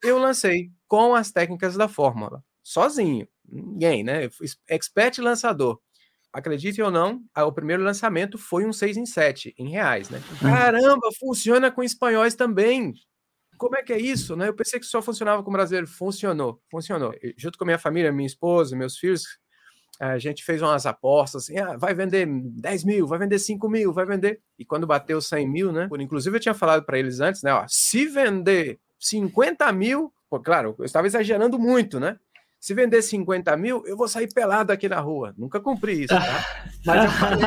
eu lancei com as técnicas da fórmula, sozinho, ninguém, né? Eu fui expert lançador. Acredite ou não, o primeiro lançamento foi um 6 em 7, em reais, né? Caramba, funciona com espanhóis também. Como é que é isso, né? Eu pensei que só funcionava com brasileiro. Funcionou. Junto com a minha família, minha esposa, meus filhos, a gente fez umas apostas, assim, vai vender 10 mil, vai vender 5 mil, vai vender... E quando bateu 100 mil, né? Inclusive eu tinha falado para eles antes, né? Ó, se vender 50 mil... Pô, claro, eu estava exagerando muito, né? Se vender 50 mil, eu vou sair pelado aqui na rua. Nunca cumpri isso, tá? Mas eu falei.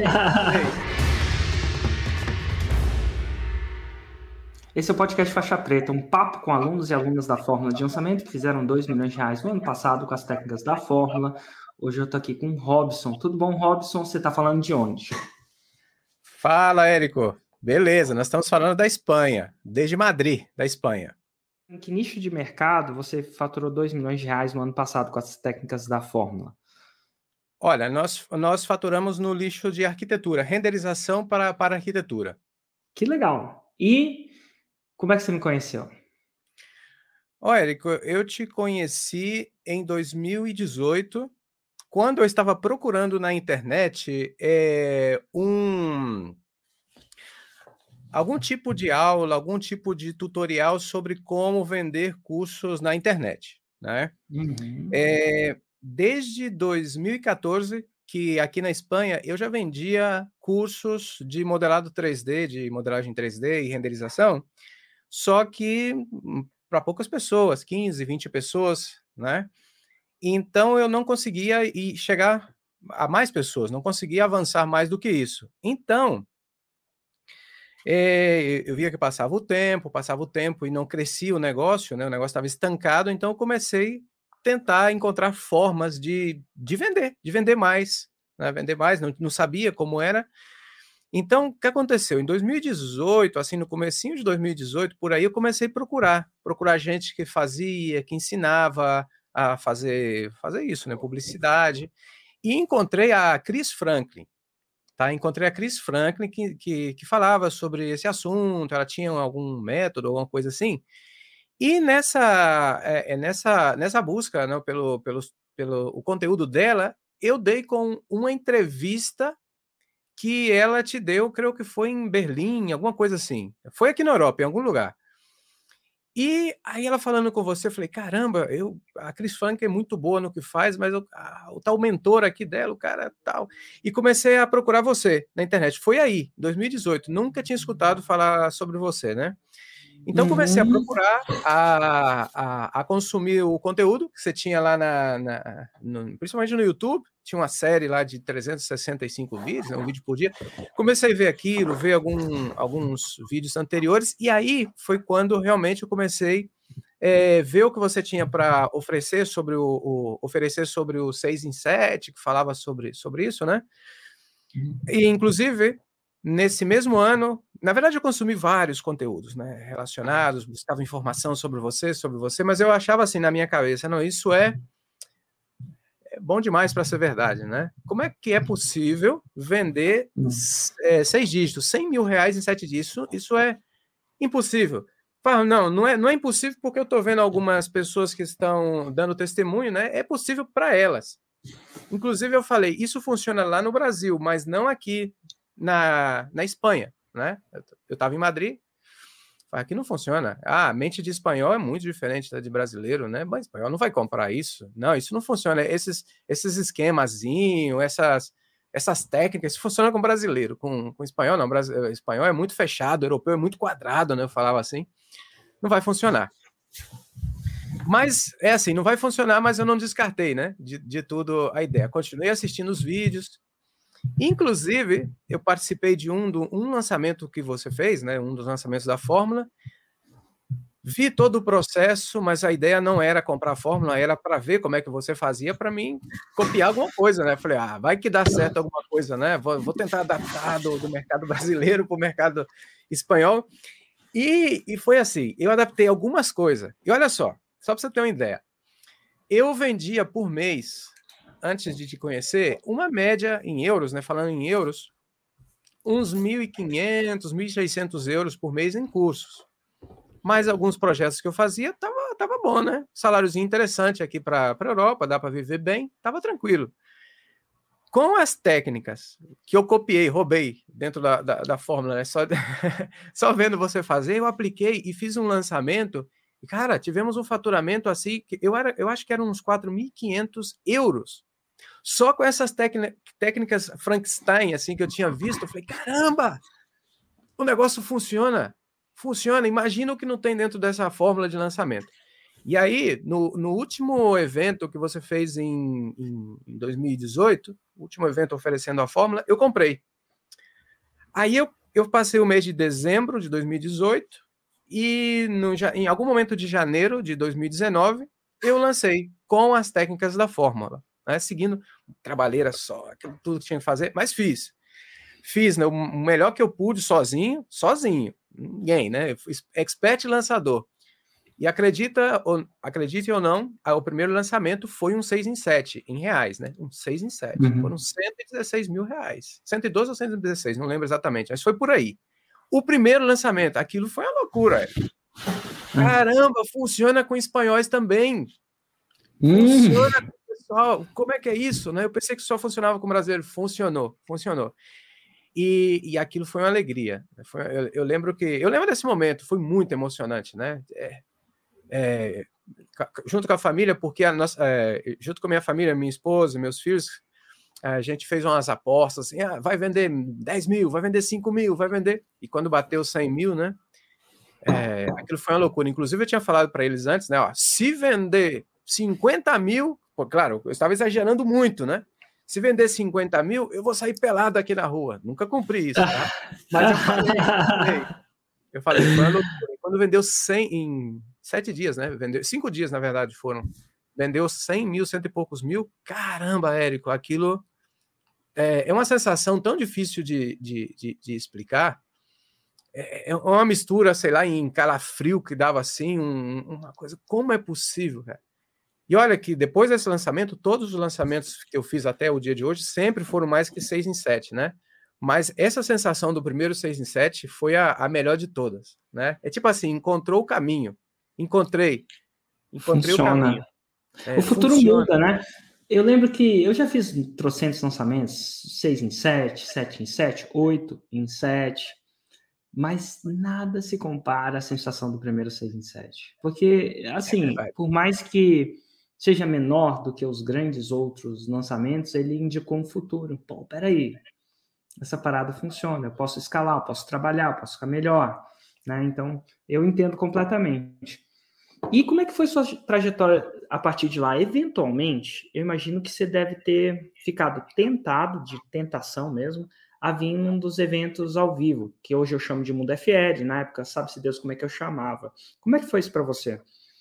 Esse é o podcast Faixa Preta, um papo com alunos e alunas da Fórmula de Lançamento que fizeram 2 milhões de reais no ano passado com as técnicas da Fórmula. Hoje eu estou aqui com o Robson. Tudo bom, Robson? Você está falando de onde? Fala, Érico. Beleza, nós estamos falando da Espanha, desde Madrid, da Espanha. Em que nicho de mercado você faturou 2 milhões de reais no ano passado com as técnicas da Fórmula? Olha, nós faturamos no nicho de arquitetura, renderização para arquitetura. Que legal. E como é que você me conheceu? Olha, Érico, eu te conheci em 2018, quando eu estava procurando na internet algum tipo de aula, algum tipo de tutorial sobre como vender cursos na internet, né? Uhum. Desde 2014, que aqui na Espanha eu já vendia cursos de modelado 3D, de modelagem 3D e renderização, só que para poucas pessoas, 15, 20 pessoas, né? Então eu não conseguia chegar a mais pessoas, não conseguia avançar mais do que isso. Então, eu via que passava o tempo e não crescia o negócio, né? O negócio estava estancado, então eu comecei a tentar encontrar formas de vender mais, né? Vender mais, não sabia como era. Então, o que aconteceu? Em 2018, assim, no comecinho de 2018, por aí, eu comecei a procurar gente que fazia, que ensinava a fazer isso, né? Publicidade. E encontrei a Chris Franklin. Tá? Encontrei a Chris Franklin que falava sobre esse assunto, ela tinha algum método, alguma coisa assim, e nessa busca, né, pelo o conteúdo dela, eu dei com uma entrevista que ela te deu, creio que foi em Berlim, alguma coisa assim, foi aqui na Europa, em algum lugar. E aí ela falando com você, eu falei, caramba, a Chris Franklin é muito boa no que faz, mas o tal mentor aqui dela, o cara tal. E comecei a procurar você na internet. Foi aí, 2018. Nunca tinha escutado falar sobre você, né? Então comecei a procurar, a consumir o conteúdo que você tinha lá principalmente no YouTube. Tinha uma série lá de 365 vídeos, né, um vídeo por dia. Comecei a ver aquilo, ver alguns vídeos anteriores, e aí foi quando realmente eu comecei a ver o que você tinha para oferecer sobre o 6 em 7, que falava sobre isso, né? E, inclusive, nesse mesmo ano, na verdade eu consumi vários conteúdos, né, relacionados, buscava informação sobre você, mas eu achava assim na minha cabeça, não, isso é bom demais para ser verdade, né? Como é que é possível vender 6 dígitos, 100 mil reais em 7 dígitos? Isso é impossível. Não é impossível porque eu estou vendo algumas pessoas que estão dando testemunho, né? É possível para elas. Inclusive eu falei, isso funciona lá no Brasil, mas não aqui na Espanha, né? Eu estava em Madrid, aqui não funciona. A mente de espanhol é muito diferente da de brasileiro, né? Mas espanhol não vai comprar isso. Não, isso não funciona. Esses esquemazinhos, essas técnicas, isso funciona com brasileiro. Com espanhol, não. Espanhol é muito fechado, europeu é muito quadrado, né? Eu falava assim. Não vai funcionar. Mas, é assim, não vai funcionar, mas eu não descartei, né? De tudo a ideia. Continuei assistindo os vídeos. Inclusive, eu participei de um lançamento que você fez, né? Um dos lançamentos da Fórmula. Vi todo o processo, mas a ideia não era comprar a Fórmula, era para ver como é que você fazia para mim copiar alguma coisa, né? Falei, vai que dá certo alguma coisa, né? Vou tentar adaptar do mercado brasileiro para o mercado espanhol. E foi assim, eu adaptei algumas coisas. E olha só para você ter uma ideia. Eu vendia por mês, antes de te conhecer, uma média em euros, né? Falando em euros, uns 1.500, 1.600 euros por mês em cursos. mas alguns projetos que eu fazia, tava bom, né? Saláriozinho interessante aqui para a Europa, dá para viver bem, tava tranquilo. Com as técnicas que eu copiei, roubei dentro da fórmula, né? Só vendo você fazer, eu apliquei e fiz um lançamento. E, cara, tivemos um faturamento assim, que eu acho que eram uns 4.500 euros. Só com essas técnicas Frankenstein, assim, que eu tinha visto, eu falei, caramba, o negócio funciona. Funciona. Imagina o que não tem dentro dessa fórmula de lançamento. E aí, no último evento que você fez em 2018, o último evento oferecendo a fórmula, eu comprei. Aí eu passei o mês de dezembro de 2018 e em algum momento de janeiro de 2019, eu lancei com as técnicas da fórmula, né? Seguindo trabalheira só, aquilo tudo que tinha que fazer, mas fiz. Fiz, né, o melhor que eu pude sozinho, ninguém, né? Eu fui expert lançador. E acredite ou não, o primeiro lançamento foi um 6 em 7, em reais, né? Um 6 em 7. Uhum. Foram 116 mil reais. 112 ou 116, não lembro exatamente, mas foi por aí. O primeiro lançamento, aquilo foi uma loucura. Caramba, funciona com espanhóis também. Funciona com o pessoal. Como é que é isso, né? Eu pensei que só funcionava com brasileiro. Funcionou. E aquilo foi uma alegria. Eu lembro desse momento, foi muito emocionante, né? Junto com a família, porque junto com a minha família, minha esposa, meus filhos, a gente fez umas apostas, assim, vai vender 10 mil, vai vender 5 mil, vai vender. E quando bateu 100 mil, né? Aquilo foi uma loucura. Inclusive, eu tinha falado para eles antes, né? Ó, se vender 50 mil, pô, claro, eu estava exagerando muito, né? Se vender 50 mil, eu vou sair pelado aqui na rua. Nunca cumpri isso, tá? Mas eu falei, foi uma loucura. Quando vendeu 100 em 7 dias, né? 5 dias, na verdade, foram. Vendeu 100 mil, cento e poucos mil. Caramba, Érico, aquilo é uma sensação tão difícil de explicar. É uma mistura, sei lá, em calafrio que dava assim, uma coisa. Como é possível, cara? E olha que depois desse lançamento, todos os lançamentos que eu fiz até o dia de hoje sempre foram mais que 6 em 7, né? Mas essa sensação do primeiro 6 em 7 foi a melhor de todas, né? É tipo assim, encontrou o caminho. Encontrei o caminho. O futuro muda, né? Eu lembro que eu já fiz trocentos lançamentos, 6 em 7, 7 em 7, 8 em 7, mas nada se compara à sensação do primeiro 6 em 7. Porque, assim, por mais que seja menor do que os grandes outros lançamentos, ele indicou um futuro. Pô, peraí, essa parada funciona, eu posso escalar, eu posso trabalhar, eu posso ficar melhor, né? Então, eu entendo completamente. E como é que foi sua trajetória a partir de lá? Eventualmente, eu imagino que você deve ter ficado tentado, de tentação mesmo, a vir num dos eventos ao vivo, que hoje eu chamo de Mundo FL, na época, sabe-se Deus como é que eu chamava. Como é que foi isso para você?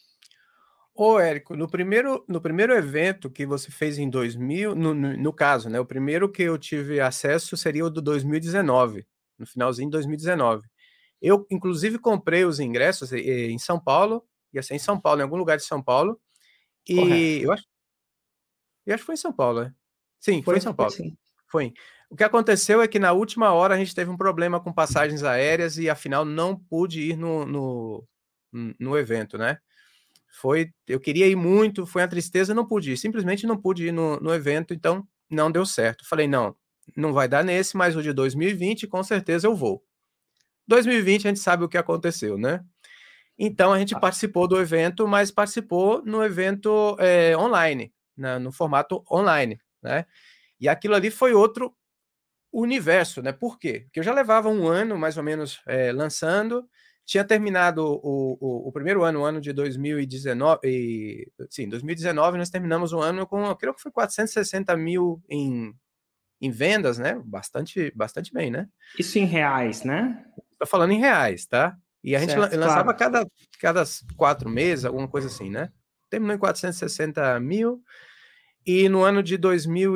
Ô, Érico, no primeiro evento que você fez em 2000, no caso, né, o primeiro que eu tive acesso seria o do 2019, no finalzinho de 2019. Eu, inclusive, comprei os ingressos em São Paulo, ia ser em São Paulo, em algum lugar de São Paulo, e eu acho que foi em São Paulo, né? Sim, foi em São Paulo. Sim. Foi. O que aconteceu é que na última hora a gente teve um problema com passagens aéreas e, afinal, não pude ir no evento, né? Eu queria ir muito, foi uma tristeza, não pude ir, simplesmente não pude ir no evento, então não deu certo. Falei, não vai dar nesse, mas o de 2020 com certeza eu vou. 2020 a gente sabe o que aconteceu, né? Então a gente participou do evento, mas participou no evento online, no formato online, né? E aquilo ali foi outro universo, né? Por quê? Porque eu já levava um ano, mais ou menos, lançando, tinha terminado o primeiro ano, o ano de 2019, sim, 2019 nós terminamos o ano com, eu creio que foi 460 mil em vendas, né? Bastante bem, né? Isso em reais, né? Estou falando em reais, tá? E a gente lançava claro. cada 4 meses, alguma coisa assim, né? Terminou em 460 mil, e no ano de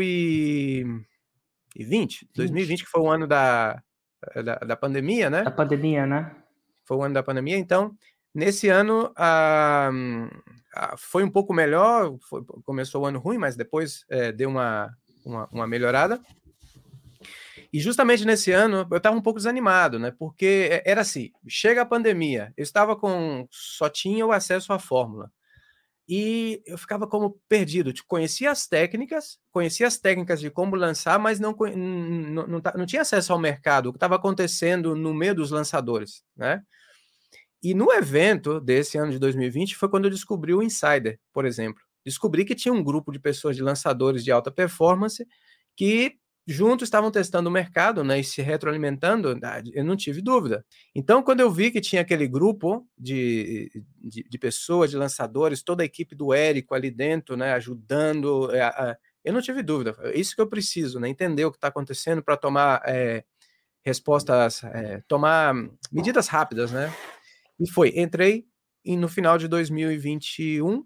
2020, que foi o ano da pandemia, né? Da pandemia, né? Foi o ano da pandemia, então, nesse ano foi um pouco melhor, começou o ano ruim, mas depois deu uma melhorada. E justamente nesse ano eu estava um pouco desanimado, né? Porque era assim, chega a pandemia, eu estava só tinha o acesso à fórmula. E eu ficava como perdido. Conhecia as técnicas de como lançar, mas não tinha acesso ao mercado, o que estava acontecendo no meio dos lançadores, né? E no evento desse ano de 2020 foi quando eu descobri o Insider, por exemplo. Descobri que tinha um grupo de pessoas, de lançadores de alta performance, que juntos estavam testando o mercado, né, e se retroalimentando. Eu não tive dúvida. Então, quando eu vi que tinha aquele grupo de pessoas, de lançadores, toda a equipe do Érico ali dentro, né, ajudando, eu não tive dúvida. É isso que eu preciso, né, entender o que está acontecendo para tomar respostas, tomar medidas rápidas, né? E entrei no final de 2021.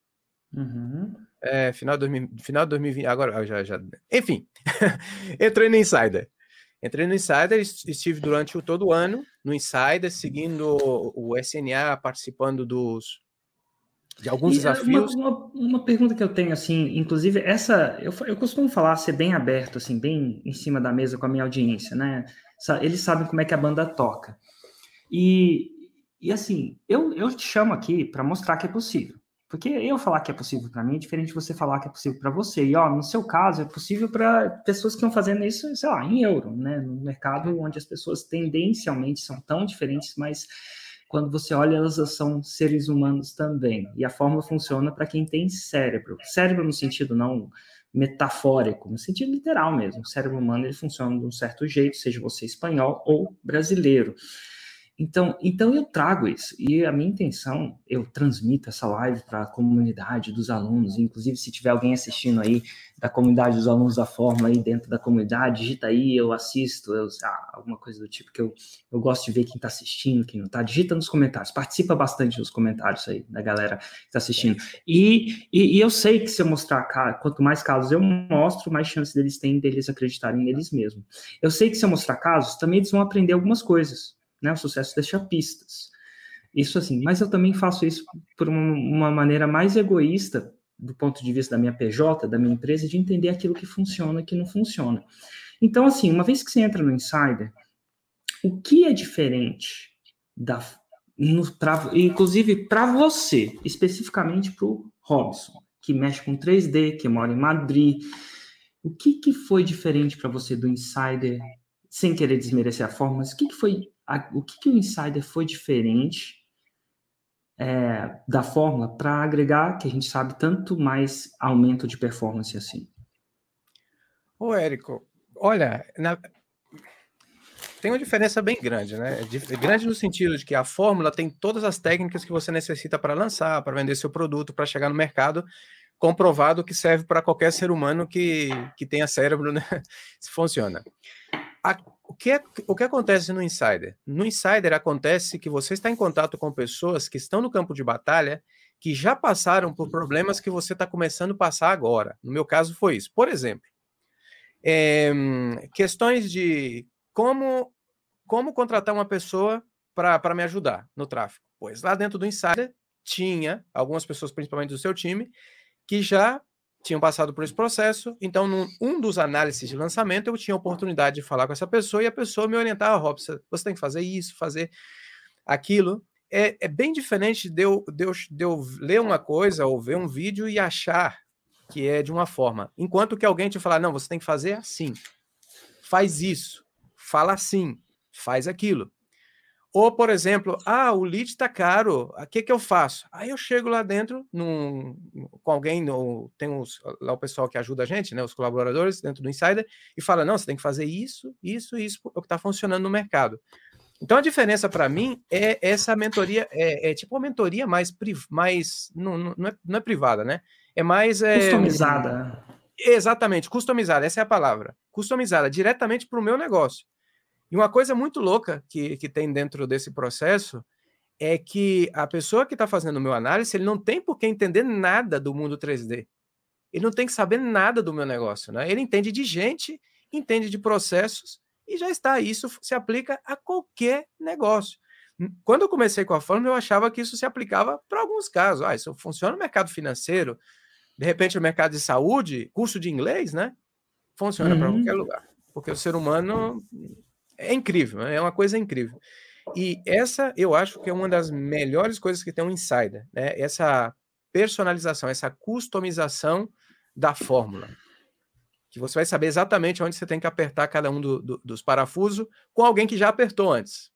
Final de 2020, agora já. Enfim, entrei no Insider. Estive durante todo o ano no Insider, seguindo o SNA, participando de alguns desafios. Uma pergunta que eu tenho, assim, inclusive, eu costumo falar, ser bem aberto, assim, bem em cima da mesa com a minha audiência, né? Eles sabem como é que a banda toca. E assim, eu te chamo aqui para mostrar que é possível. Porque eu falar que é possível para mim é diferente de você falar que é possível para você. E, no seu caso, é possível para pessoas que estão fazendo isso, sei lá, em euro, né? No mercado onde as pessoas tendencialmente são tão diferentes, mas quando você olha, elas são seres humanos também. E a fórmula funciona para quem tem cérebro. Cérebro no sentido não metafórico, no sentido literal mesmo. O cérebro humano ele funciona de um certo jeito, seja você espanhol ou brasileiro. Então eu trago isso, e a minha intenção, eu transmito essa live para a comunidade dos alunos, inclusive se tiver alguém assistindo aí da comunidade dos alunos da Fórmula aí dentro da comunidade, digita aí, eu assisto, alguma coisa do tipo, que eu gosto de ver quem está assistindo, quem não está, digita nos comentários, participa bastante nos comentários aí, da galera que está assistindo. E eu sei que se eu mostrar, quanto mais casos eu mostro, mais chance deles têm deles acreditarem neles mesmos. Eu sei que se eu mostrar casos, também eles vão aprender algumas coisas. Né, o sucesso deixa pistas. Isso assim, mas eu também faço isso por uma maneira mais egoísta, do ponto de vista da minha PJ, da minha empresa, de entender aquilo que funciona e que não funciona. Então, assim, uma vez que você entra no Insider, o que é diferente, inclusive para você, especificamente para o Robson, que mexe com 3D, que mora em Madrid, o que foi diferente para você do Insider, sem querer desmerecer a forma, mas o que o Insider foi diferente da fórmula para agregar, que a gente sabe, tanto mais aumento de performance assim? Ô, Érico, olha, tem uma diferença bem grande, né? Grande no sentido de que a fórmula tem todas as técnicas que você necessita para lançar, para vender seu produto, para chegar no mercado, comprovado que serve para qualquer ser humano que tenha cérebro, né? Se funciona. O que acontece no Insider? No Insider acontece que você está em contato com pessoas que estão no campo de batalha, que já passaram por problemas que você está começando a passar agora. No meu caso foi isso. Por exemplo, questões de como contratar uma pessoa para me ajudar no tráfego. Pois lá dentro do Insider tinha algumas pessoas, principalmente do seu time, que já tinham passado por esse processo. Então, um dos análises de lançamento, eu tinha a oportunidade de falar com essa pessoa e a pessoa me orientava, Robson, você tem que fazer isso, fazer aquilo. É bem diferente de eu ler uma coisa ou ver um vídeo e achar que é de uma forma. Enquanto que alguém te falar, não, você tem que fazer assim, faz isso, fala assim, faz aquilo. Ou, por exemplo, o lead está caro, o que eu faço? Aí eu chego lá dentro com alguém, tem lá o pessoal que ajuda a gente, né, os colaboradores dentro do Insider, e fala, não, você tem que fazer isso, isso, isso, é o que está funcionando no mercado. Então, a diferença para mim é essa mentoria, é tipo uma mentoria mais não é privada, né? É mais... customizada. Exatamente, customizada, essa é a palavra. Customizada, diretamente para o meu negócio. E uma coisa muito louca que tem dentro desse processo é que a pessoa que está fazendo o meu análise, ele não tem por que entender nada do mundo 3D. Ele não tem que saber nada do meu negócio, né? Ele entende de gente, entende de processos e já está. Isso se aplica a qualquer negócio. Quando eu comecei com a fórmula, eu achava que isso se aplicava para alguns casos. Isso funciona no mercado financeiro, de repente no mercado de saúde, curso de inglês, né? Funciona para qualquer lugar. porque o ser humano é incrível, é uma coisa incrível. E essa, eu acho que é uma das melhores coisas que tem um Insider, né? Essa personalização, essa customização da fórmula. Que você vai saber exatamente onde você tem que apertar cada um dos parafusos com alguém que já apertou antes.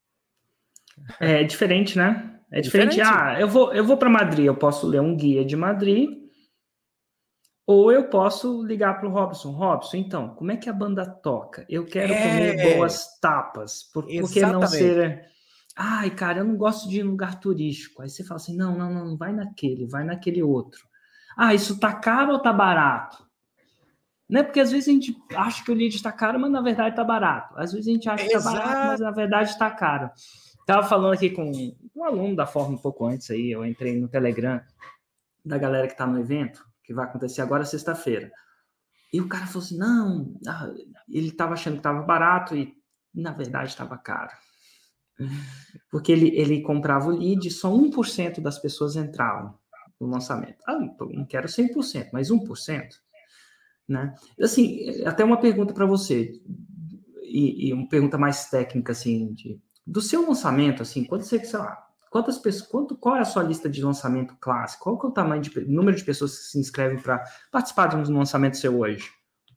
É diferente, né? É diferente. Eu vou para Madrid, eu posso ler um guia de Madrid, ou eu posso ligar para o Robson. Robson, então, como é que a banda toca? Eu quero comer boas tapas. Por que não ser... Ai, cara, eu não gosto de ir em lugar turístico. Aí você fala assim, não, vai naquele outro. Ah, isso tá caro ou tá barato? Né? Porque às vezes a gente acha que o lead está caro, mas na verdade está barato. Às vezes a gente acha que está barato, mas na verdade está caro. Estava falando aqui com um aluno da Forma um pouco antes aí, eu entrei no Telegram da galera que está no evento, que vai acontecer agora sexta-feira. E o cara falou assim, ele estava achando que estava barato e na verdade estava caro. Porque ele comprava o lead e só 1% das pessoas entravam no lançamento. Não quero 100%, mas 1%. Né? Assim, até uma pergunta para você, e uma pergunta mais técnica, assim, do seu lançamento, assim, quantas pessoas, qual é a sua lista de lançamento clássico? Qual que é o número de pessoas que se inscrevem para participar de um lançamento seu hoje?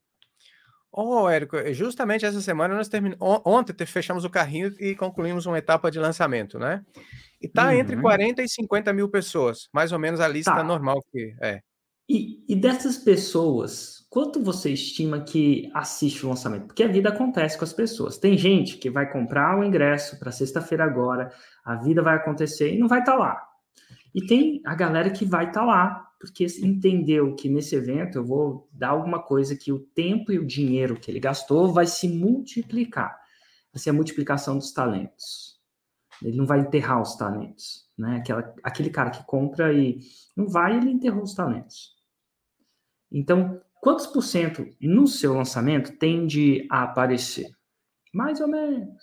Érico, justamente essa semana nós ontem fechamos o carrinho e concluímos uma etapa de lançamento, né? E tá entre 40 e 50 mil pessoas, mais ou menos a lista normal que é. E dessas pessoas, quanto você estima que assiste o lançamento? Porque a vida acontece com as pessoas. Tem gente que vai comprar o ingresso para sexta-feira agora, a vida vai acontecer e não vai estar lá. E tem a galera que vai estar lá, porque entendeu que nesse evento eu vou dar alguma coisa que o tempo e o dinheiro que ele gastou vai se multiplicar. Vai ser a multiplicação dos talentos. Ele não vai enterrar os talentos, né? Aquele cara que compra e não vai, ele enterrou os talentos. Então, quantos por cento no seu lançamento tende a aparecer? Mais ou menos.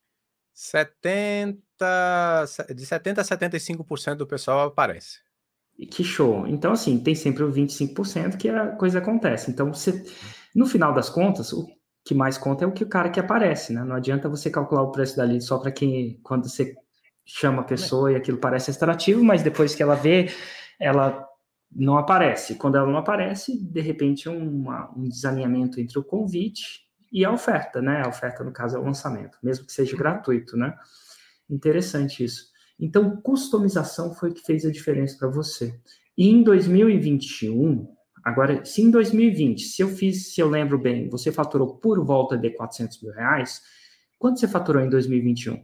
De 70% a 75% do pessoal aparece. Que show. Então, assim, tem sempre o 25% que a coisa acontece. Então, no final das contas, o que mais conta é o que o cara que aparece, né? Não adianta você calcular o preço da lead só para quando você chama a pessoa e aquilo parece atrativo, mas depois que ela vê, ela não aparece. Quando ela não aparece, de repente um desalinhamento entre o convite e a oferta, né? A oferta, no caso, é o lançamento, mesmo que seja gratuito, né? Interessante isso. Então, customização foi o que fez a diferença para você. E em 2021, agora, se em 2020, se eu lembro bem, você faturou por volta de R$400 mil, quanto você faturou em 2021?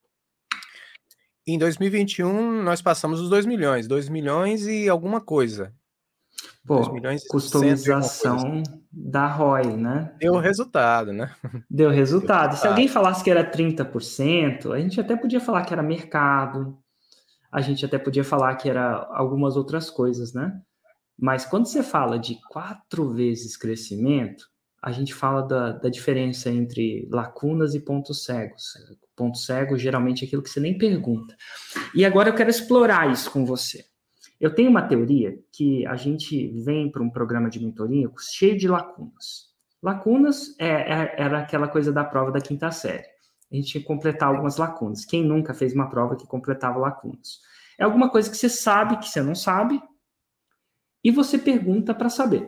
Em 2021, nós passamos os 2 milhões. 2 milhões e alguma coisa. Pô, 2 milhões e customização da ROI, né? Deu resultado, né? Deu resultado. Se alguém falasse que era 30%, a gente até podia falar que era mercado, a gente até podia falar que era algumas outras coisas, né? Mas quando você fala de 4 vezes crescimento, a gente fala da diferença entre lacunas e pontos cegos. Ponto cego, geralmente, é aquilo que você nem pergunta. E agora eu quero explorar isso com você. Eu tenho uma teoria que a gente vem para um programa de mentoria cheio de lacunas. Lacunas era aquela coisa da prova da quinta série. A gente tinha que completar algumas lacunas. Quem nunca fez uma prova que completava lacunas? É alguma coisa que você sabe que você não sabe e você pergunta para saber.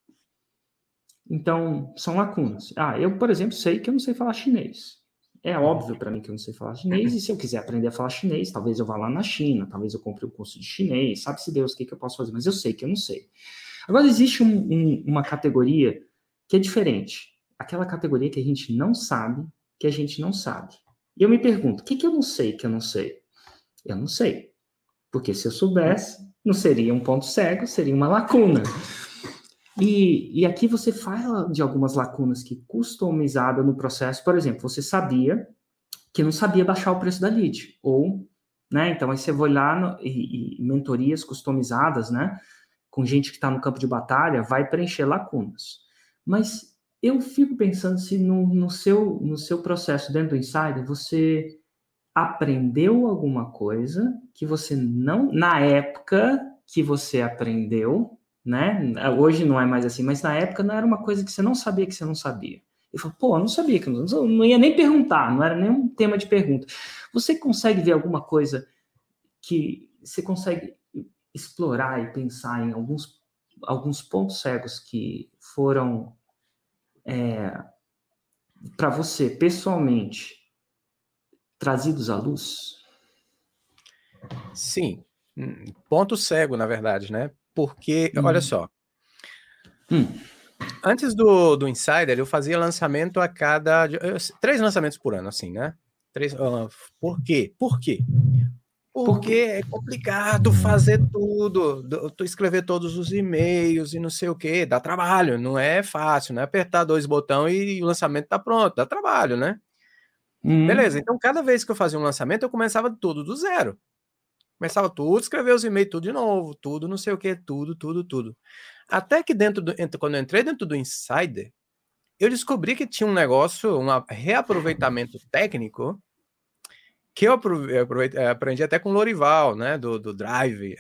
Então, são lacunas. Eu, por exemplo, sei que eu não sei falar chinês. É óbvio para mim que eu não sei falar chinês, e se eu quiser aprender a falar chinês, talvez eu vá lá na China, talvez eu compre um curso de chinês, sabe-se Deus o que eu posso fazer, mas eu sei que eu não sei. Agora, existe uma categoria que é diferente. Aquela categoria que a gente não sabe, que a gente não sabe. E eu me pergunto, o que eu não sei que eu não sei? Eu não sei. Porque se eu soubesse, não seria um ponto cego, seria uma lacuna. E aqui você fala de algumas lacunas que customizada no processo. Por exemplo, você sabia que não sabia baixar o preço da lead. Ou, né? Então, aí você vai lá e mentorias customizadas, né? Com gente que está no campo de batalha, vai preencher lacunas. Mas eu fico pensando se no seu processo dentro do Insider, você aprendeu alguma coisa que você não... Na época que você aprendeu, né? Hoje não é mais assim, mas na época não era uma coisa que você não sabia que você não sabia. Eu falo, pô, eu não sabia, que eu não ia nem perguntar, não era nenhum tema de pergunta. Você consegue ver alguma coisa que você consegue explorar e pensar em alguns pontos cegos que foram, para você, pessoalmente, trazidos à luz? Sim, ponto cego, na verdade, né? Porque, olha só, antes do Insider, eu fazia lançamento a cada 3 lançamentos por ano, assim, né? Por quê? Por quê? Porque é complicado fazer tudo, escrever todos os e-mails e não sei o quê, dá trabalho, não é fácil, não é apertar 2 botões e o lançamento tá pronto, dá trabalho, né? Beleza, então cada vez que eu fazia um lançamento, eu começava tudo do zero. Começava tudo, escrever os e-mails tudo de novo, tudo não sei o quê, tudo. Até que quando eu entrei dentro do Insider, eu descobri que tinha um negócio, um reaproveitamento técnico, que eu aprendi até com o Lorival, né, do Drive.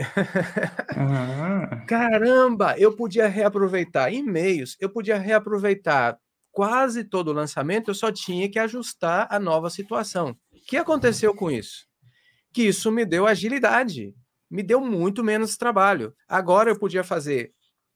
Caramba, eu podia reaproveitar e-mails, eu podia reaproveitar quase todo o lançamento, eu só tinha que ajustar a nova situação. O que aconteceu com isso? Que isso me deu agilidade, me deu muito menos trabalho. Agora eu podia fazer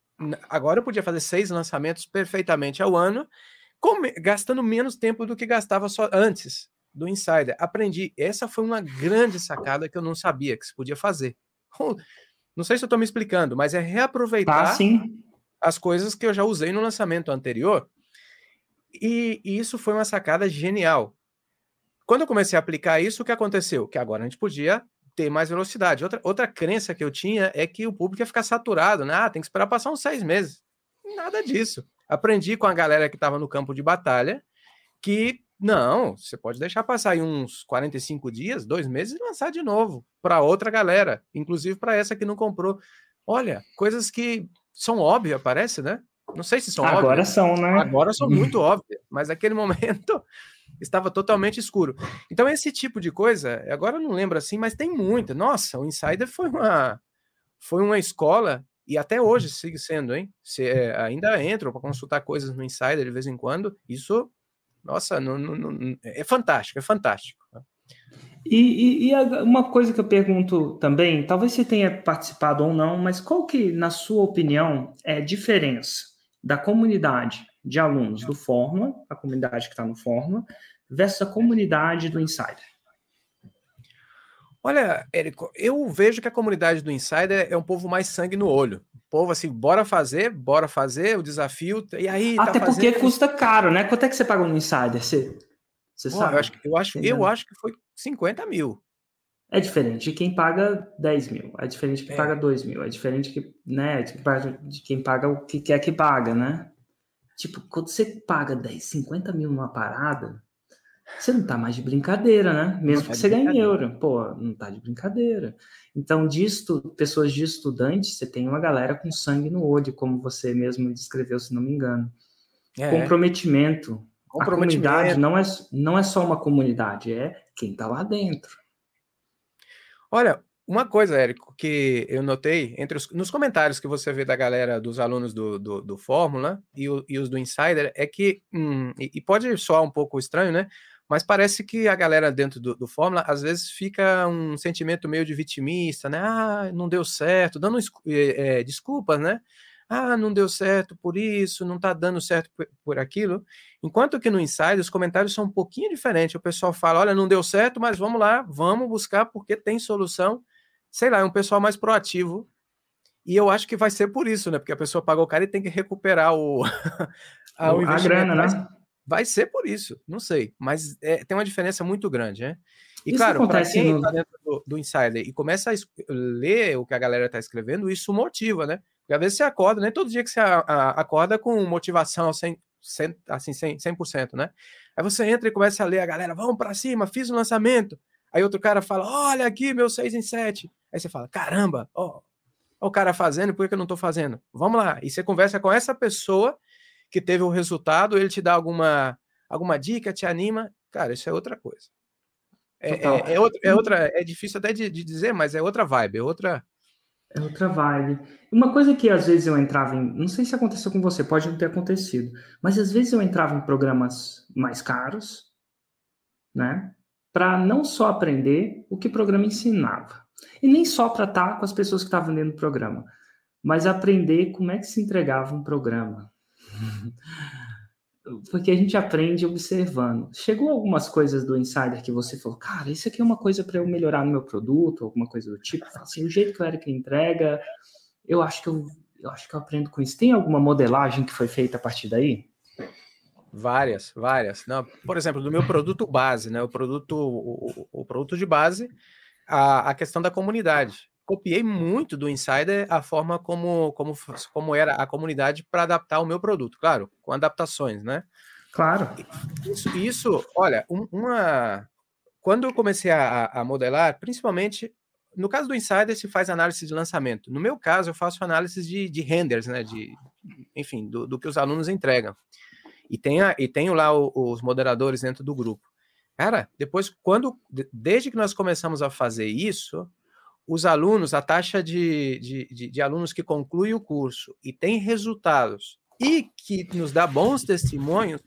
6 lançamentos perfeitamente ao ano, gastando menos tempo do que gastava só antes do Insider. Aprendi. Essa foi uma grande sacada que eu não sabia que se podia fazer. Não sei se eu estou me explicando, mas é reaproveitar as coisas que eu já usei no lançamento anterior. E isso foi uma sacada genial. Quando eu comecei a aplicar isso, o que aconteceu? Que agora a gente podia ter mais velocidade. Outra crença que eu tinha é que o público ia ficar saturado, né? Tem que esperar passar uns 6 meses. Nada disso. Aprendi com a galera que estava no campo de batalha que, não, você pode deixar passar aí uns 45 dias, 2 meses e lançar de novo para outra galera, inclusive para essa que não comprou. Olha, coisas que são óbvias, parece, né? Não sei se são óbvias. Agora são, né? Agora são muito óbvias, mas naquele momento estava totalmente escuro. Então, esse tipo de coisa, agora eu não lembro assim, mas tem muita. Nossa, o Insider foi uma escola, e até hoje sigue sendo, hein? Você ainda entra para consultar coisas no Insider de vez em quando. Isso, nossa, é fantástico, é fantástico. E uma coisa que eu pergunto também, talvez você tenha participado ou não, mas qual que, na sua opinião, é a diferença da comunidade de alunos do Fórmula, a comunidade que está no Fórmula, versus a comunidade do Insider? Olha, Érico, eu vejo que a comunidade do Insider é um povo mais sangue no olho. O povo assim, bora fazer o desafio, e aí Até tá porque fazendo... custa caro, né? Quanto é que você pagou no Insider? Você sabe? Eu acho que foi 50 mil. É diferente de quem paga 10 mil, é diferente de quem paga 2 mil, é diferente que, né, de quem paga o que quer que paga, né? Tipo, quando você paga 10, 50 mil numa parada, você não tá mais de brincadeira, né? Mesmo que você ganhe em euro. Pô, não tá de brincadeira. Então, pessoas de estudantes, você tem uma galera com sangue no olho, como você mesmo descreveu, se não me engano. Comprometimento. A comunidade não é só uma comunidade, é quem tá lá dentro. Olha, uma coisa, Érico, que eu notei nos comentários que você vê da galera, dos alunos do Fórmula e os do Insider, é que, e pode soar um pouco estranho, né? Mas parece que a galera dentro do Fórmula, às vezes, fica um sentimento meio de vitimista, né? Não deu certo, dando desculpas, né? Não deu certo por isso, não tá dando certo por aquilo. Enquanto que no Insider os comentários são um pouquinho diferentes. O pessoal fala, olha, não deu certo, mas vamos lá, vamos buscar porque tem solução. Sei lá, é um pessoal mais proativo. E eu acho que vai ser por isso, né? Porque a pessoa pagou o cara e tem que recuperar o investimento. A grana, né? Vai ser por isso, não sei. Mas tem uma diferença muito grande, né? E isso claro, para quem está dentro do Insider e começa a ler o que a galera está escrevendo, isso motiva, né? Porque às vezes você acorda, né? Todo dia que você acorda com motivação 100%, né? Aí você entra e começa a ler a galera, vamos para cima, fiz o lançamento. Aí outro cara fala, olha aqui, meu 6 em 7. Aí você fala, caramba, ó o cara fazendo, por que eu não estou fazendo? Vamos lá. E você conversa com essa pessoa que teve o resultado, ele te dá alguma dica, te anima. Cara, isso é outra coisa. É difícil até de dizer, mas é outra vibe, é outra... É outra vibe. Uma coisa que às vezes eu entrava em... Não sei se aconteceu com você, pode não ter acontecido. Mas às vezes eu entrava em programas mais caros, né? Para não só aprender o que o programa ensinava. E nem só para estar com as pessoas que estavam vendendo o programa, mas aprender como é que se entregava um programa. Porque a gente aprende observando. Chegou algumas coisas do Insider que você falou, cara, isso aqui é uma coisa para eu melhorar no meu produto, alguma coisa do tipo. Assim, o jeito que o Eric entrega, eu acho que eu aprendo com isso. Tem alguma modelagem que foi feita a partir daí? Várias. Não, por exemplo, do meu produto base, né? O produto de base, a questão da comunidade. Copiei muito do Insider a forma como era a comunidade para adaptar o meu produto, claro, com adaptações, né? Claro. Olha, quando eu comecei a modelar, principalmente no caso do Insider, se faz análise de lançamento. No meu caso, eu faço análise de renders, né? Enfim, do que os alunos entregam. E tenho lá os moderadores dentro do grupo. Cara, depois, desde que nós começamos a fazer isso, os alunos, a taxa de alunos que concluem o curso e tem resultados e que nos dá bons testemunhos.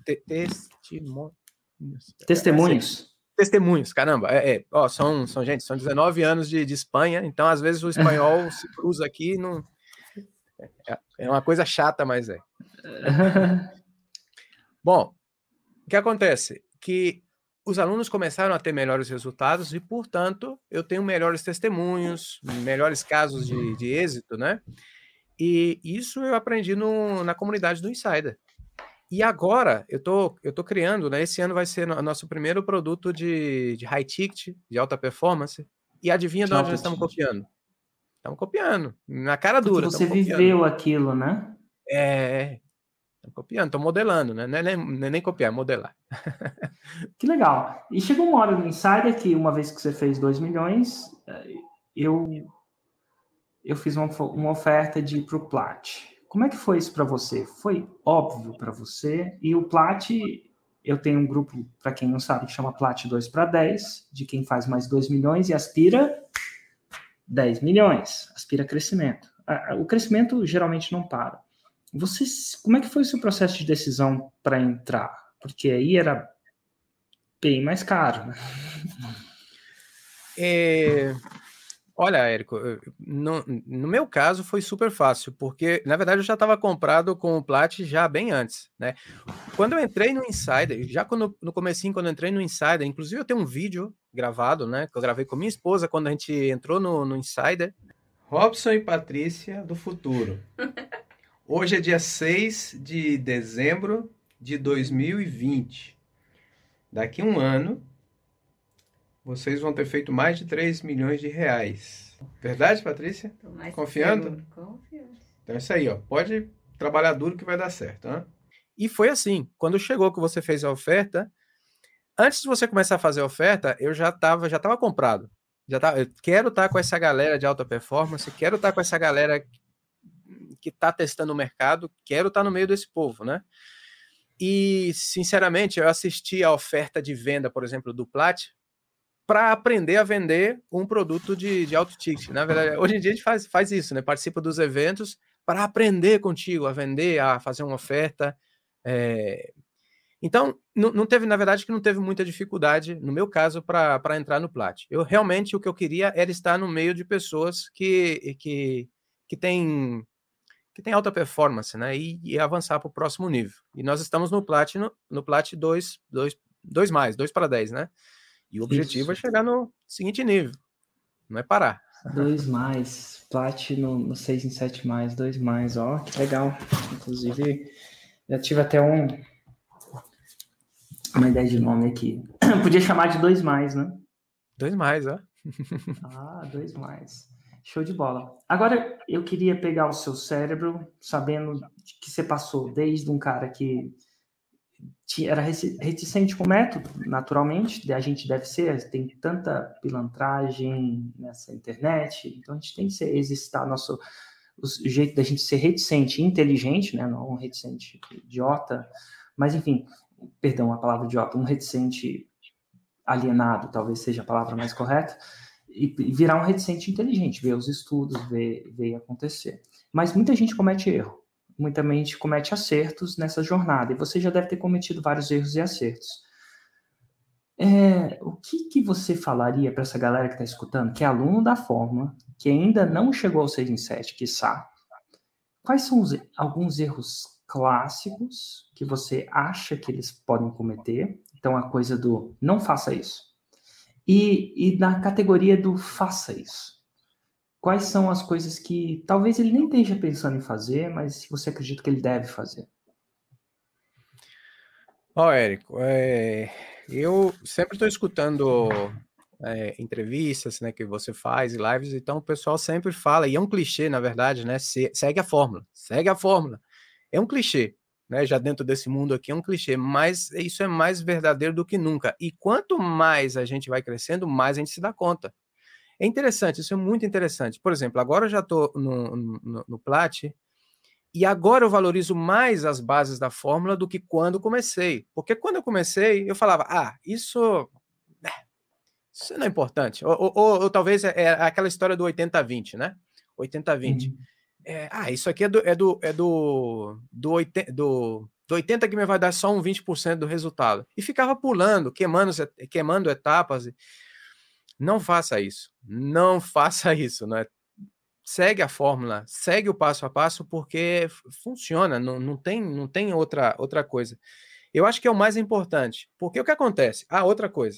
Testemunhos, caramba. São 19 anos de Espanha, então às vezes o espanhol se cruza aqui, não, é uma coisa chata, mas é. Bom, o que acontece? Que os alunos começaram a ter melhores resultados e, portanto, eu tenho melhores testemunhos, melhores casos de êxito, né? E isso eu aprendi na comunidade do Insider. E agora, eu tô criando, né? Esse ano vai ser o nosso primeiro produto de high ticket, de alta performance. E adivinha de onde nós estamos copiando? Estamos copiando, na cara dura. Porque você viveu aquilo, né? Estou copiando, estou modelando, né? Não é nem copiar, é modelar. Que legal. E chegou uma hora no Insider que, uma vez que você fez 2 milhões, eu fiz uma oferta de ir para o Plat. Como é que foi isso para você? Foi óbvio para você? E o Plat, eu tenho um grupo, para quem não sabe, que chama Plat 2 para 10, de quem faz mais 2 milhões e aspira 10 milhões, aspira crescimento. O crescimento geralmente não para. Como é que foi o seu processo de decisão para entrar? Porque aí era bem mais caro, né? Olha, Érico, no meu caso foi super fácil, porque, na verdade, eu já estava comprado com o Plat já bem antes, né? Quando eu entrei no Insider, já no comecinho, quando eu entrei no Insider, inclusive eu tenho um vídeo gravado, né? Que eu gravei com minha esposa quando a gente entrou no Insider. Robson e Patrícia do futuro. Hoje é dia 6 de dezembro de 2020. Daqui a um ano, vocês vão ter feito mais de 3 milhões de reais. Verdade, Patrícia? Tô mais Confiando? Confiante. Então é isso aí, ó. Pode trabalhar duro que vai dar certo, hein? E foi assim, quando chegou que você fez a oferta, antes de você começar a fazer a oferta, eu já estava comprado. Eu quero estar com essa galera de alta performance, quero estar com essa galera que está testando o mercado, quero estar no meio desse povo, né? E, sinceramente, eu assisti a oferta de venda, por exemplo, do Plat, para aprender a vender um produto de alto ticket. Na verdade, hoje em dia a gente faz isso, né? Participa dos eventos para aprender contigo a vender, a fazer uma oferta. Então, não teve, na verdade, que não teve muita dificuldade, no meu caso, para entrar no Plat. Realmente, o que eu queria era estar no meio de pessoas que têm alta performance, né? E avançar para o próximo nível. E nós estamos no Plat 2 para 10, né? E o objetivo é chegar no seguinte nível, não é parar. 2 mais, Plat no 6 em 7 mais, 2 mais, ó, que legal. Inclusive, já tive até uma ideia de nome aqui. Podia chamar de 2 mais, né? 2 mais, ó. 2 mais. Show de bola. Agora, eu queria pegar o seu cérebro, sabendo que você passou desde um cara que era reticente com o método, naturalmente, a gente deve ser, tem tanta pilantragem nessa internet, então a gente tem que exercitar o jeito da gente ser reticente e inteligente, né, não um reticente idiota, mas enfim, perdão a palavra idiota, um reticente alienado, talvez seja a palavra mais correta, e virar um reticente inteligente, ver os estudos, ver acontecer. Mas muita gente comete erro, muita gente comete acertos nessa jornada, e você já deve ter cometido vários erros e acertos. O que você falaria para essa galera que está escutando, que é aluno da Fórmula, que ainda não chegou ao 6 em 7, quiçá? Quais são alguns erros clássicos que você acha que eles podem cometer? Então, a coisa do não faça isso. E na categoria do faça isso. Quais são as coisas que talvez ele nem esteja pensando em fazer, mas você acredita que ele deve fazer? Érico, eu sempre estou escutando entrevistas, né, que você faz e lives, então o pessoal sempre fala, e é um clichê, na verdade, né, segue a fórmula, é um clichê, né, já dentro desse mundo aqui é um clichê, mas isso é mais verdadeiro do que nunca, e quanto mais a gente vai crescendo, mais a gente se dá conta. É interessante, isso é muito interessante. Por exemplo, agora eu já estou no Plat, e agora eu valorizo mais as bases da fórmula do que quando comecei. Porque quando eu comecei, eu falava, isso não é importante. Ou talvez é aquela história do 80-20, né? 80-20. Isso aqui do 80 que me vai dar só um 20% do resultado. E ficava pulando, queimando etapas. Não faça isso. Não faça isso, né? Segue a fórmula, segue o passo a passo, porque funciona, não tem outra coisa. Eu acho que é o mais importante, porque o que acontece? Outra coisa,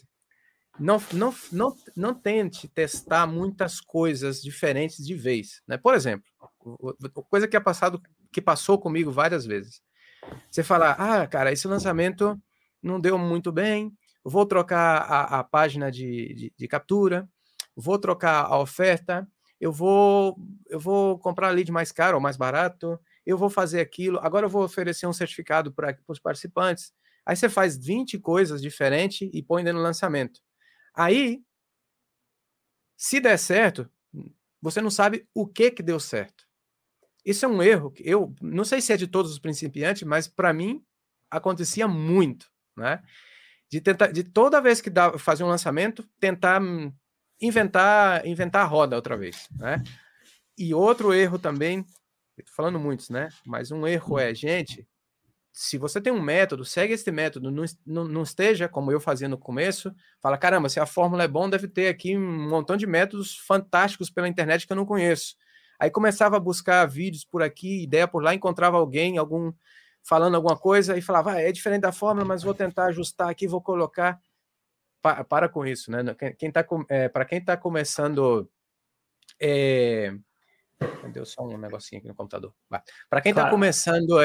não tente testar muitas coisas diferentes de vez, né? Por exemplo, coisa que passou comigo várias vezes. Você fala, cara, esse lançamento não deu muito bem, vou trocar a página de captura, vou trocar a oferta, eu vou comprar lead mais caro ou mais barato, eu vou fazer aquilo, agora eu vou oferecer um certificado para os participantes. Aí você faz 20 coisas diferentes e põe dentro do lançamento. Aí, se der certo, você não sabe o que deu certo. Isso é um erro que eu não sei se é de todos os principiantes, mas para mim acontecia muito, né? De toda vez que fazer um lançamento, tentar inventar a roda outra vez, né? E outro erro também, eu tô falando muitos, né? Mas um erro gente, se você tem um método, segue esse método, não esteja, como eu fazia no começo, fala, caramba, se a fórmula é bom, deve ter aqui um montão de métodos fantásticos pela internet que eu não conheço. Aí começava a buscar vídeos por aqui, ideia por lá, encontrava alguém, falando alguma coisa, e falava, é diferente da fórmula, mas vou tentar ajustar aqui, vou colocar. Para com isso, né? Para quem está começando... Deu só um negocinho aqui no computador. Para quem está começando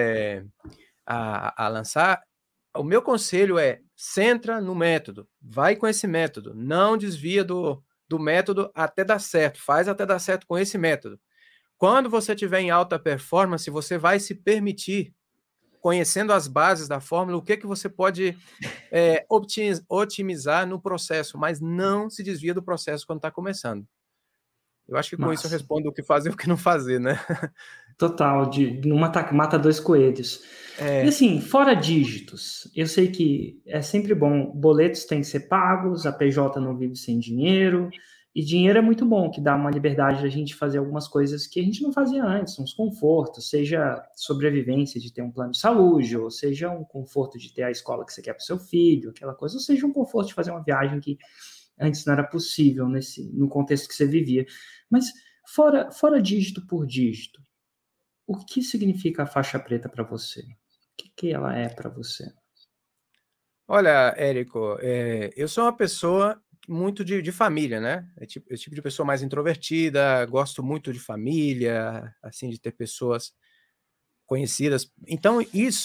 a lançar, o meu conselho centra no método, vai com esse método, não desvia do método até dar certo, faz até dar certo com esse método. Quando você estiver em alta performance, você vai se permitir, conhecendo as bases da fórmula, o que você pode otimizar no processo, mas não se desvia do processo quando está começando. Eu acho que com isso eu respondo o que fazer e o que não fazer, né? Total, mata dois coelhos. E assim, fora dígitos, eu sei que é sempre bom, boletos têm que ser pagos, a PJ não vive sem dinheiro, e dinheiro é muito bom, que dá uma liberdade de a gente fazer algumas coisas que a gente não fazia antes, uns confortos, seja sobrevivência de ter um plano de saúde, ou seja um conforto de ter a escola que você quer para o seu filho, aquela coisa, ou seja um conforto de fazer uma viagem que antes não era possível no contexto que você vivia. Mas fora dígito por dígito, o que significa a faixa preta para você? O que ela é para você? Olha, Érico, eu sou uma pessoa muito de família, né? Esse tipo de pessoa mais introvertida, gosto muito de família, assim, de ter pessoas conhecidas. Então,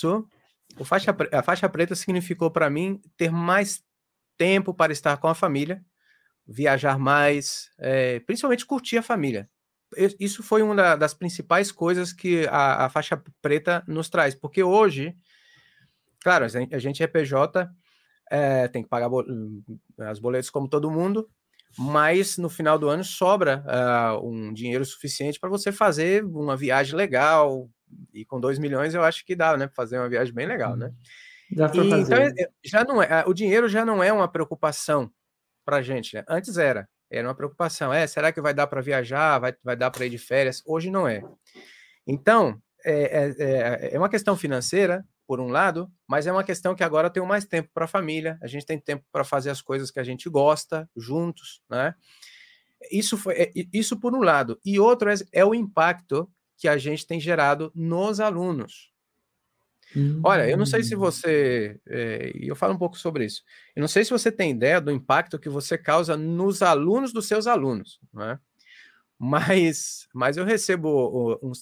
a faixa preta significou para mim ter mais tempo para estar com a família, viajar mais, principalmente curtir a família. Isso foi uma das principais coisas que a faixa preta nos traz, porque hoje, claro, a gente é PJ, tem que pagar as boletos como todo mundo, mas no final do ano sobra um dinheiro suficiente para você fazer uma viagem legal, e com 2 milhões eu acho que dá, né, para fazer uma viagem bem legal, né? Dá para fazer. Então, já não o dinheiro já não é uma preocupação para a gente, né? Antes era. Era uma preocupação. Será que vai dar para viajar? Vai dar para ir de férias? Hoje não é. Então, é uma questão financeira, por um lado, mas é uma questão que agora eu tenho mais tempo para a família, a gente tem tempo para fazer as coisas que a gente gosta, juntos, né? Isso por um lado. E outro é o impacto que a gente tem gerado nos alunos. Olha, eu não sei se você... E eu falo um pouco sobre isso. Eu não sei se você tem ideia do impacto que você causa nos alunos dos seus alunos, né? Mas eu recebo uns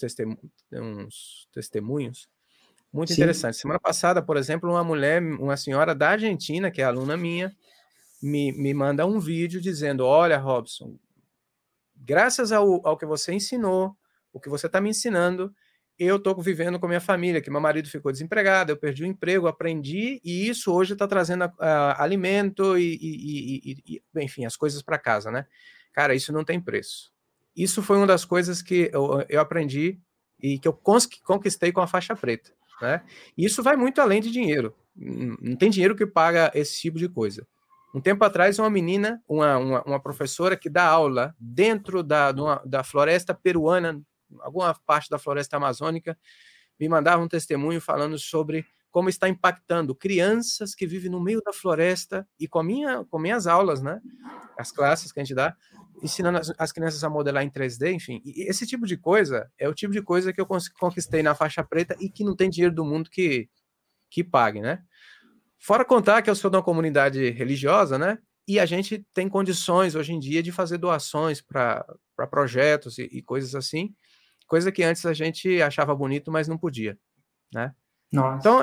testemunhos muito interessantes. Semana passada, por exemplo, uma senhora da Argentina, que é aluna minha, me manda um vídeo dizendo: olha, Robson, graças ao que você ensinou, o que você está me ensinando, eu estou vivendo com a minha família, que meu marido ficou desempregado, eu perdi o emprego, aprendi, e isso hoje está trazendo alimento e, enfim, as coisas para casa, né? Cara, isso não tem preço. Isso foi uma das coisas que eu aprendi e que eu conquistei com a faixa preta, né? E isso vai muito além de dinheiro. Não tem dinheiro que paga esse tipo de coisa. Um tempo atrás, uma menina, uma professora que dá aula dentro da floresta peruana, alguma parte da floresta amazônica, me mandava um testemunho falando sobre como está impactando crianças que vivem no meio da floresta e com minhas aulas, né? As classes que a gente dá, ensinando as crianças a modelar em 3D, enfim. E esse tipo de coisa é o tipo de coisa que eu conquistei na faixa preta e que não tem dinheiro do mundo que pague, né? Fora contar que eu sou de uma comunidade religiosa, né? E a gente tem condições hoje em dia de fazer doações para projetos e coisas assim, coisa que antes a gente achava bonito, mas não podia, né? Nossa. Então,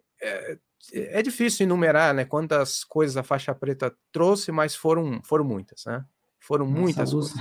é difícil enumerar, né, quantas coisas a faixa preta trouxe, mas foram muitas, né? Foram muitas coisas.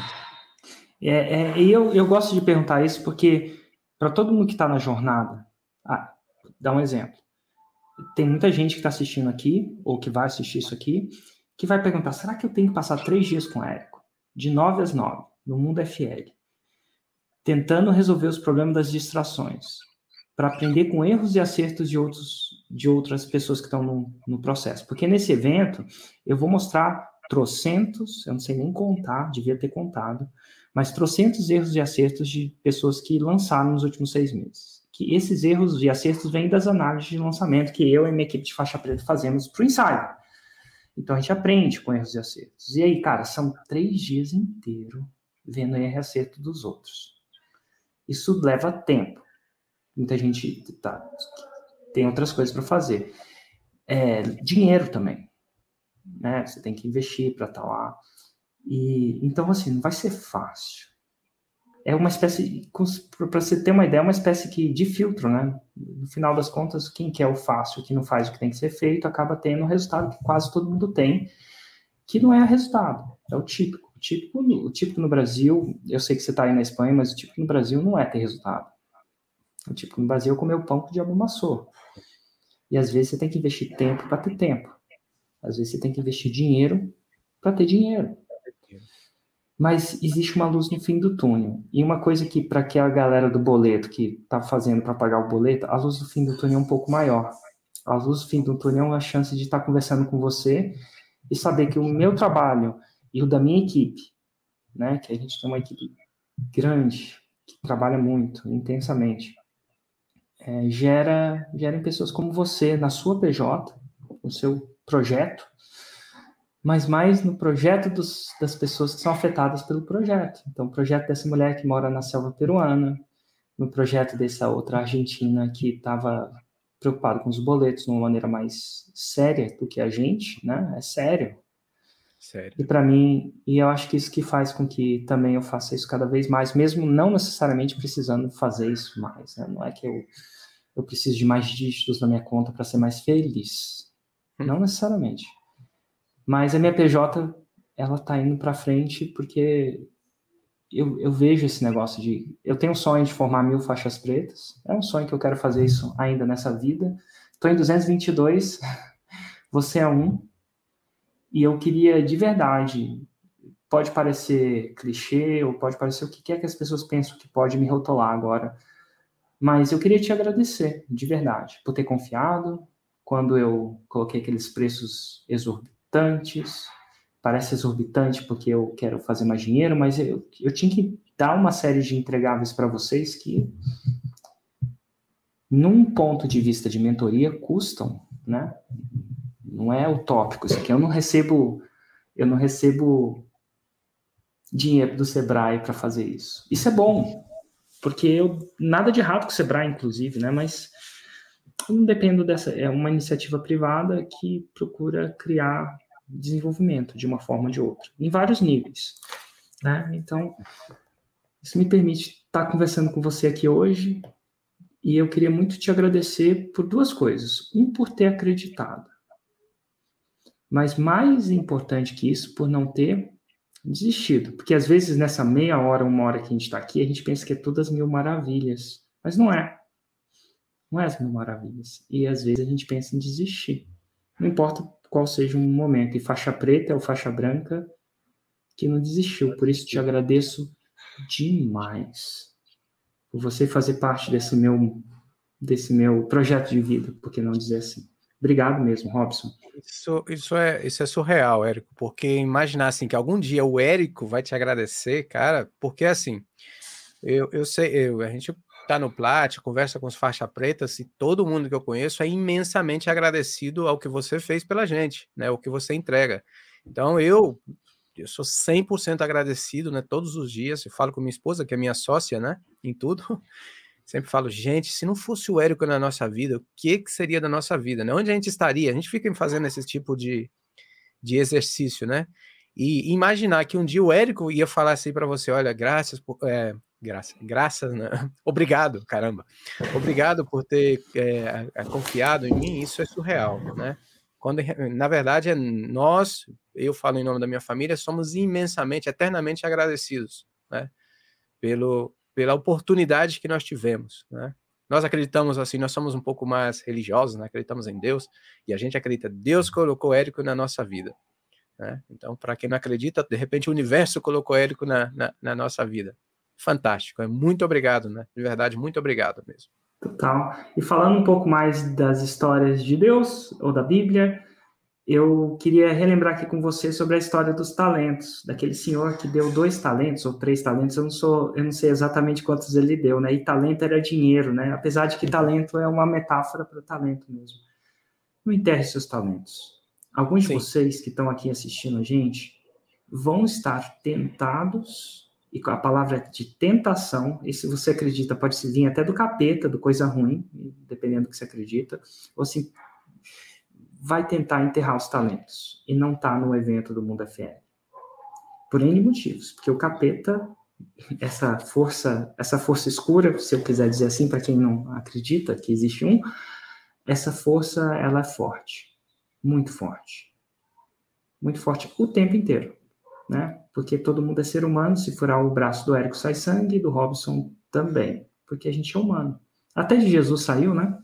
E eu gosto de perguntar isso porque, para todo mundo que está na jornada, dá um exemplo. Tem muita gente que está assistindo aqui, ou que vai assistir isso aqui, que vai perguntar: será que eu tenho que passar 3 dias com o Érico, de 9 às 9, no Mundo FL, tentando resolver os problemas das distrações, para aprender com erros e acertos de outras pessoas que estão no processo? Porque nesse evento eu vou mostrar trocentos, eu não sei nem contar, devia ter contado, mas trocentos erros e acertos de pessoas que lançaram nos últimos 6 meses. Que esses erros e acertos vêm das análises de lançamento que eu e minha equipe de faixa preta fazemos para o Insider. Então a gente aprende com erros e acertos. E aí, cara, são 3 dias inteiros vendo erro e acerto dos outros. Isso leva tempo. Muita gente tem outras coisas para fazer. Dinheiro também, né? Você tem que investir para estar lá. E então, assim, não vai ser fácil. É uma espécie, para você ter uma ideia, é uma espécie de filtro, né? No final das contas, quem quer o fácil, que não faz o que tem que ser feito, acaba tendo o resultado que quase todo mundo tem, que não é o resultado, é o típico. O típico no Brasil, eu sei que você está aí na Espanha, mas o típico no Brasil não é ter resultado. O típico no Brasil é comer o pão que o diabo amassou. E às vezes você tem que investir tempo para ter tempo. Às vezes você tem que investir dinheiro para ter dinheiro. Mas existe uma luz no fim do túnel. E uma coisa que, para aquela galera do boleto que está fazendo para pagar o boleto, a luz do fim do túnel é um pouco maior. A luz do fim do túnel é uma chance de estar conversando com você e saber que o meu trabalho e o da minha equipe, né, que a gente tem uma equipe grande, que trabalha muito, intensamente, gera em pessoas como você, na sua PJ, no seu projeto, mas mais no projeto das pessoas que são afetadas pelo projeto. Então, o projeto dessa mulher que mora na selva peruana, no projeto dessa outra argentina que estava preocupada com os boletos de uma maneira mais séria do que a gente, né? É sério. Sério. E para mim, eu acho que isso que faz com que também eu faça isso cada vez mais, mesmo não necessariamente precisando fazer isso mais, né? Não é que eu preciso de mais dígitos na minha conta para ser mais feliz. Não necessariamente. Mas a minha PJ, ela tá indo para frente porque eu vejo esse negócio de... Eu tenho um sonho de formar 1000 faixas pretas. É um sonho que eu quero fazer isso ainda nessa vida. Estou em 222, você é um. E eu queria, de verdade, pode parecer clichê ou pode parecer o que quer que as pessoas pensam que pode me rotular agora. Mas eu queria te agradecer, de verdade, por ter confiado quando eu coloquei aqueles preços exorbitantes, parece exorbitante porque eu quero fazer mais dinheiro, mas eu tinha que dar uma série de entregáveis para vocês que, num ponto de vista de mentoria, custam, né? Não é utópico isso aqui. Eu não recebo dinheiro do Sebrae para fazer isso. Isso é bom, porque nada de errado com o Sebrae, inclusive, né? Mas eu não dependo dessa. É uma iniciativa privada que procura criar desenvolvimento de uma forma ou de outra, em vários níveis, né? Então, isso me permite estar conversando com você aqui hoje, e eu queria muito te agradecer por duas coisas. Um, por ter acreditado, mas mais importante que isso, por não ter desistido. Porque às vezes nessa meia hora, uma hora que a gente está aqui, a gente pensa que é todas mil maravilhas. Mas não é. Não é as mil maravilhas. E às vezes a gente pensa em desistir. Não importa qual seja o momento. E faixa preta é o faixa branca que não desistiu. Por isso te agradeço demais por você fazer parte desse meu projeto de vida, por que não dizer assim. Obrigado mesmo, Robson. Isso é surreal, Érico, porque imaginar assim que algum dia o Érico vai te agradecer, cara, porque assim, eu sei, a gente tá no Plat, conversa com os faixa pretas e todo mundo que eu conheço é imensamente agradecido ao que você fez pela gente, né, o que você entrega. Então eu sou 100% agradecido, né, todos os dias. Eu falo com minha esposa, que é minha sócia, né, em tudo. Sempre falo, gente, se não fosse o Érico na nossa vida, o que seria da nossa vida, né? Onde a gente estaria? A gente fica fazendo esse tipo de exercício, né? E imaginar que um dia o Érico ia falar assim para você, olha, graças, né? Obrigado, caramba. Obrigado por ter confiado em mim, isso é surreal, né? Quando, na verdade, eu falo em nome da minha família, somos imensamente, eternamente agradecidos, né? Pela oportunidade que nós tivemos, né? Nós acreditamos assim, nós somos um pouco mais religiosos, né? Acreditamos em Deus, e a gente acredita, Deus colocou Érico na nossa vida, né? Então, para quem não acredita, de repente o universo colocou Érico na nossa vida. Fantástico, muito obrigado, né? De verdade, muito obrigado mesmo. Total. E falando um pouco mais das histórias de Deus, ou da Bíblia, eu queria relembrar aqui com você sobre a história dos talentos, daquele senhor que deu 2 talentos ou 3 talentos, eu não sei exatamente quantos ele deu, né? E talento era dinheiro, né? Apesar de que talento é uma metáfora para talento mesmo. Não enterre seus talentos. Alguns de vocês que estão aqui assistindo a gente vão estar tentados, e a palavra de tentação, e se você acredita, pode vir até do capeta, do coisa ruim, dependendo do que você acredita, ou assim, vai tentar enterrar os talentos e não tá no evento do Mundo FL. Por N motivos. Porque o capeta, essa força escura, se eu quiser dizer assim, para quem não acredita que existe essa força, ela é forte. Muito forte. Muito forte o tempo inteiro, né? Porque todo mundo é ser humano, se furar o braço do Érico sai sangue, do Robson também. Porque a gente é humano. Até de Jesus saiu, né?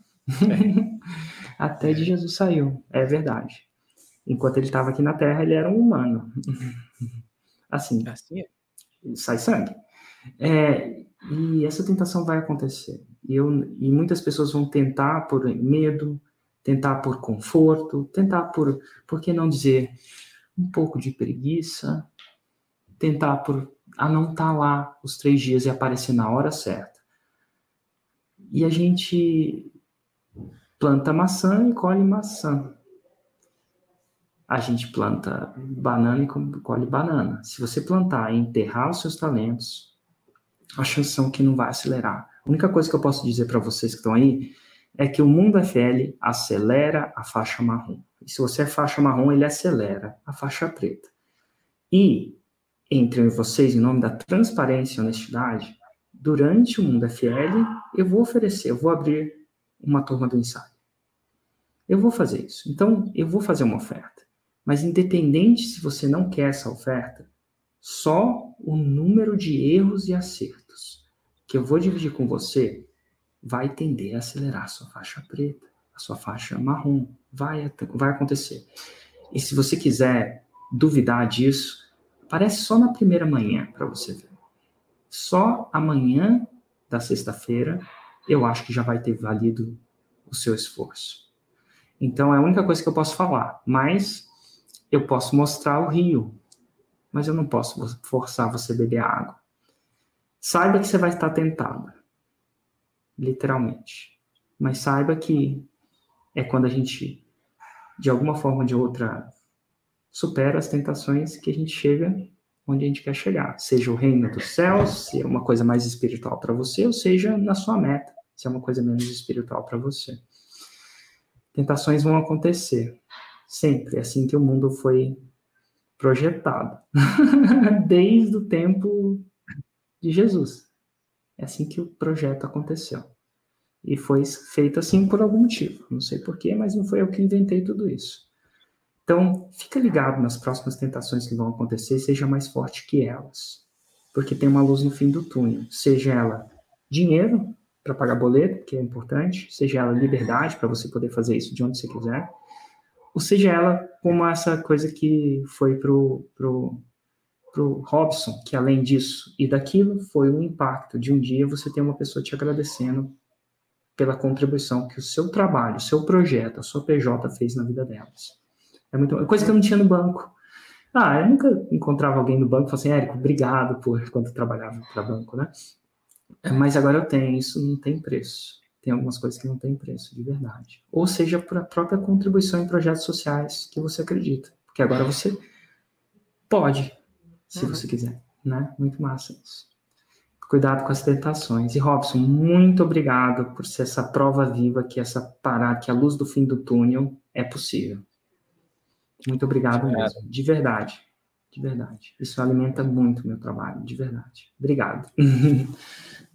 Até de Jesus saiu, é verdade. Enquanto ele estava aqui na Terra, ele era um humano. Assim é. Sai sangue. E essa tentação vai acontecer. E muitas pessoas vão tentar por medo, tentar por conforto, tentar por que não dizer, um pouco de preguiça, tentar por não estar lá os 3 dias e aparecer na hora certa. E a gente planta maçã e colhe maçã. A gente planta banana e colhe banana. Se você plantar e enterrar os seus talentos, a chance são que não vai acelerar. A única coisa que eu posso dizer para vocês que estão aí é que o Mundo FL acelera a faixa marrom. E se você é faixa marrom, ele acelera a faixa preta. E, entre vocês, em nome da transparência e honestidade, durante o Mundo FL, eu vou abrir uma turma do ensaio. Eu vou fazer isso. Então, eu vou fazer uma oferta. Mas independente se você não quer essa oferta, só o número de erros e acertos que eu vou dividir com você vai tender a acelerar a sua faixa preta, a sua faixa marrom. Vai acontecer. E se você quiser duvidar disso, aparece só na primeira manhã para você ver. Só amanhã da sexta-feira, eu acho que já vai ter valido o seu esforço. Então, é a única coisa que eu posso falar. Mas Eu posso mostrar o rio, mas eu não posso forçar você a beber água. Saiba que você vai estar tentado, literalmente. Mas saiba que é quando a gente, de alguma forma ou de outra, supera as tentações que a gente chega onde a gente quer chegar. Seja o reino dos céus, se é uma coisa mais espiritual para você, ou seja, na sua meta, se é uma coisa menos espiritual para você. Tentações vão acontecer. Sempre. É assim que o mundo foi projetado. Desde o tempo de Jesus. É assim que o projeto aconteceu. E foi feito assim por algum motivo. Não sei porquê, mas não foi eu que inventei tudo isso. Então, fica ligado nas próximas tentações que vão acontecer, seja mais forte que elas. Porque tem uma luz no fim do túnel. Seja ela dinheiro para pagar boleto, que é importante, seja ela liberdade para você poder fazer isso de onde você quiser, ou seja ela como essa coisa que foi pro Robson, que além disso e daquilo, foi um impacto de um dia você ter uma pessoa te agradecendo pela contribuição que o seu trabalho, o seu projeto, a sua PJ fez na vida delas. É muito coisa que eu não tinha no banco. Eu nunca encontrava alguém no banco e falava assim, Érico, obrigado por quando eu trabalhava para banco, né? Mas agora eu tenho, isso não tem preço. Tem algumas coisas que não tem preço, de verdade. Ou seja, para a própria contribuição em projetos sociais que você acredita. Porque agora você pode, se você quiser, né? Muito massa isso. Cuidado com as tentações. E, Robson, muito obrigado por ser essa prova viva que essa parada, que a luz do fim do túnel é possível. Muito obrigado mesmo, de verdade. De verdade. Isso alimenta muito o meu trabalho, de verdade. Obrigado.